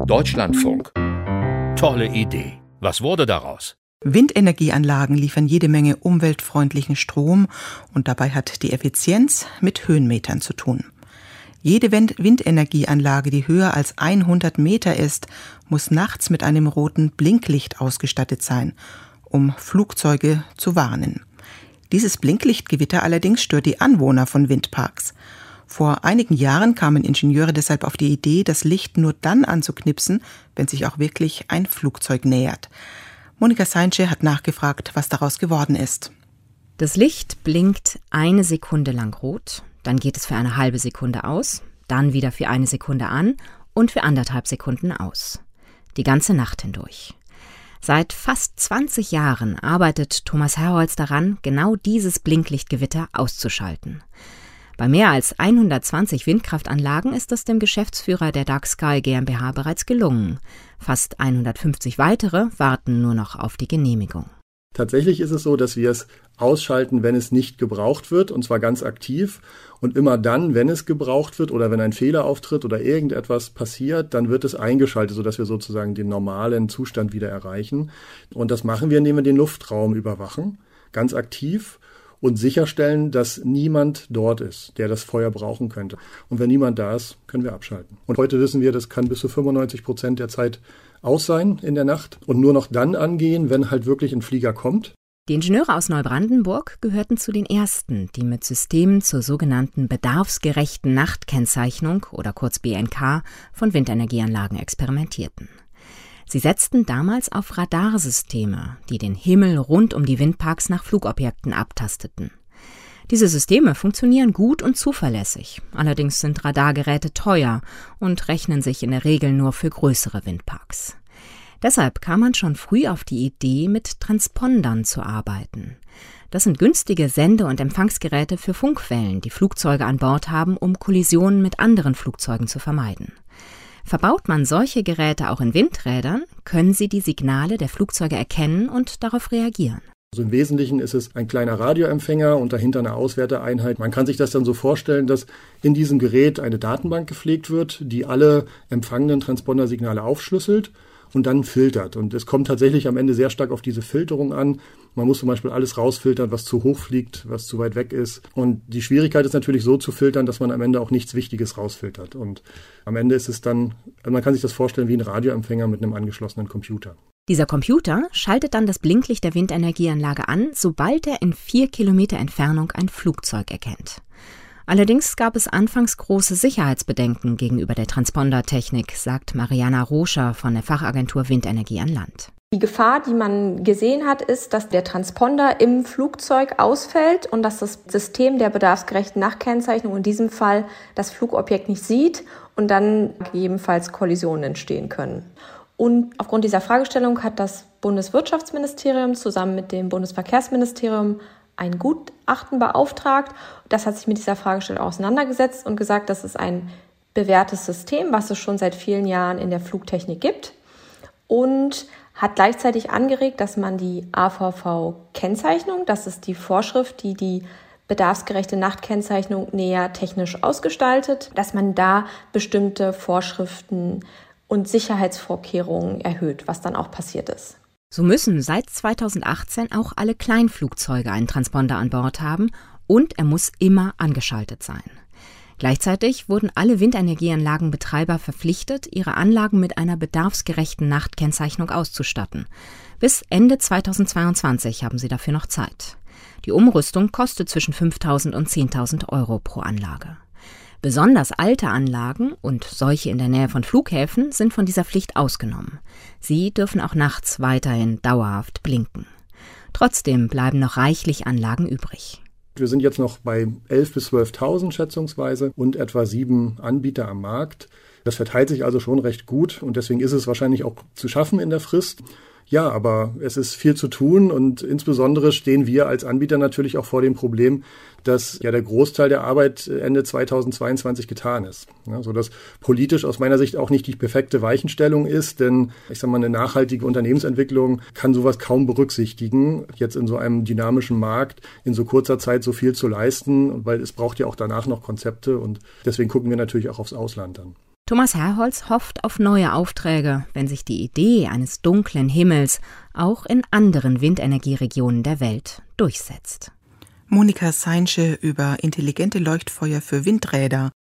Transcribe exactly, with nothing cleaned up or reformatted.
Deutschlandfunk. Tolle Idee. Was wurde daraus? Windenergieanlagen liefern jede Menge umweltfreundlichen Strom und dabei hat die Effizienz mit Höhenmetern zu tun. Jede Windenergieanlage, die höher als hundert Meter ist, muss nachts mit einem roten Blinklicht ausgestattet sein, um Flugzeuge zu warnen. Dieses Blinklichtgewitter allerdings stört die Anwohner von Windparks. Vor einigen Jahren kamen Ingenieure deshalb auf die Idee, das Licht nur dann anzuknipsen, wenn sich auch wirklich ein Flugzeug nähert. Monika Seinsche hat nachgefragt, was daraus geworden ist. Das Licht blinkt eine Sekunde lang rot, dann geht es für eine halbe Sekunde aus, dann wieder für eine Sekunde an und für anderthalb Sekunden aus. Die ganze Nacht hindurch. Seit fast zwanzig Jahren arbeitet Thomas Herholz daran, genau dieses Blinklichtgewitter auszuschalten. Bei mehr als hundertzwanzig Windkraftanlagen ist es dem Geschäftsführer der Dark Sky GmbH bereits gelungen. Fast hundertfünfzig weitere warten nur noch auf die Genehmigung. Tatsächlich ist es so, dass wir es ausschalten, wenn es nicht gebraucht wird, und zwar ganz aktiv. Und immer dann, wenn es gebraucht wird oder wenn ein Fehler auftritt oder irgendetwas passiert, dann wird es eingeschaltet, sodass wir sozusagen den normalen Zustand wieder erreichen. Und das machen wir, indem wir den Luftraum überwachen, ganz aktiv, und sicherstellen, dass niemand dort ist, der das Feuer brauchen könnte. Und wenn niemand da ist, können wir abschalten. Und heute wissen wir, das kann bis zu fünfundneunzig Prozent der Zeit aus sein in der Nacht und nur noch dann angehen, wenn halt wirklich ein Flieger kommt. Die Ingenieure aus Neubrandenburg gehörten zu den ersten, die mit Systemen zur sogenannten bedarfsgerechten Nachtkennzeichnung oder kurz B N K von Windenergieanlagen experimentierten. Sie setzten damals auf Radarsysteme, die den Himmel rund um die Windparks nach Flugobjekten abtasteten. Diese Systeme funktionieren gut und zuverlässig. Allerdings sind Radargeräte teuer und rechnen sich in der Regel nur für größere Windparks. Deshalb kam man schon früh auf die Idee, mit Transpondern zu arbeiten. Das sind günstige Sende- und Empfangsgeräte für Funkwellen, die Flugzeuge an Bord haben, um Kollisionen mit anderen Flugzeugen zu vermeiden. Verbaut man solche Geräte auch in Windrädern, können sie die Signale der Flugzeuge erkennen und darauf reagieren. Also im Wesentlichen ist es ein kleiner Radioempfänger und dahinter eine Auswerteeinheit. Man kann sich das dann so vorstellen, dass in diesem Gerät eine Datenbank gepflegt wird, die alle empfangenen Transpondersignale aufschlüsselt und dann filtert. Und es kommt tatsächlich am Ende sehr stark auf diese Filterung an. Man muss zum Beispiel alles rausfiltern, was zu hoch fliegt, was zu weit weg ist. Und die Schwierigkeit ist natürlich so zu filtern, dass man am Ende auch nichts Wichtiges rausfiltert. Und am Ende ist es dann, man kann sich das vorstellen wie ein Radioempfänger mit einem angeschlossenen Computer. Dieser Computer schaltet dann das Blinklicht der Windenergieanlage an, sobald er in vier Kilometer Entfernung ein Flugzeug erkennt. Allerdings gab es anfangs große Sicherheitsbedenken gegenüber der Transpondertechnik, sagt Mariana Roscher von der Fachagentur Windenergie an Land. Die Gefahr, die man gesehen hat, ist, dass der Transponder im Flugzeug ausfällt und dass das System der bedarfsgerechten Nachtkennzeichnung in diesem Fall das Flugobjekt nicht sieht und dann gegebenenfalls Kollisionen entstehen können. Und aufgrund dieser Fragestellung hat das Bundeswirtschaftsministerium zusammen mit dem Bundesverkehrsministerium ein Gutachten beauftragt. Das hat sich mit dieser Fragestellung auseinandergesetzt und gesagt, das ist ein bewährtes System, was es schon seit vielen Jahren in der Flugtechnik gibt, und hat gleichzeitig angeregt, dass man die A V V-Kennzeichnung, das ist die Vorschrift, die die bedarfsgerechte Nachtkennzeichnung näher technisch ausgestaltet, dass man da bestimmte Vorschriften und Sicherheitsvorkehrungen erhöht, was dann auch passiert ist. So müssen seit zweitausendachtzehn auch alle Kleinflugzeuge einen Transponder an Bord haben und er muss immer angeschaltet sein. Gleichzeitig wurden alle Windenergieanlagenbetreiber verpflichtet, ihre Anlagen mit einer bedarfsgerechten Nachtkennzeichnung auszustatten. Bis Ende zweitausendzweiundzwanzig haben sie dafür noch Zeit. Die Umrüstung kostet zwischen fünftausend und zehntausend Euro pro Anlage. Besonders alte Anlagen und solche in der Nähe von Flughäfen sind von dieser Pflicht ausgenommen. Sie dürfen auch nachts weiterhin dauerhaft blinken. Trotzdem bleiben noch reichlich Anlagen übrig. Wir sind jetzt noch bei elftausend bis zwölftausend schätzungsweise und etwa sieben Anbieter am Markt. Das verteilt sich also schon recht gut und deswegen ist es wahrscheinlich auch zu schaffen in der Frist. Ja, aber es ist viel zu tun und insbesondere stehen wir als Anbieter natürlich auch vor dem Problem, dass ja der Großteil der Arbeit Ende zweitausendzweiundzwanzig getan ist. Ja, sodass politisch aus meiner Sicht auch nicht die perfekte Weichenstellung ist, denn ich sage mal, eine nachhaltige Unternehmensentwicklung kann sowas kaum berücksichtigen, jetzt in so einem dynamischen Markt in so kurzer Zeit so viel zu leisten, weil es braucht ja auch danach noch Konzepte und deswegen gucken wir natürlich auch aufs Ausland dann. Thomas Herholz hofft auf neue Aufträge, wenn sich die Idee eines dunklen Himmels auch in anderen Windenergieregionen der Welt durchsetzt. Monika Seinsche über intelligente Leuchtfeuer für Windräder.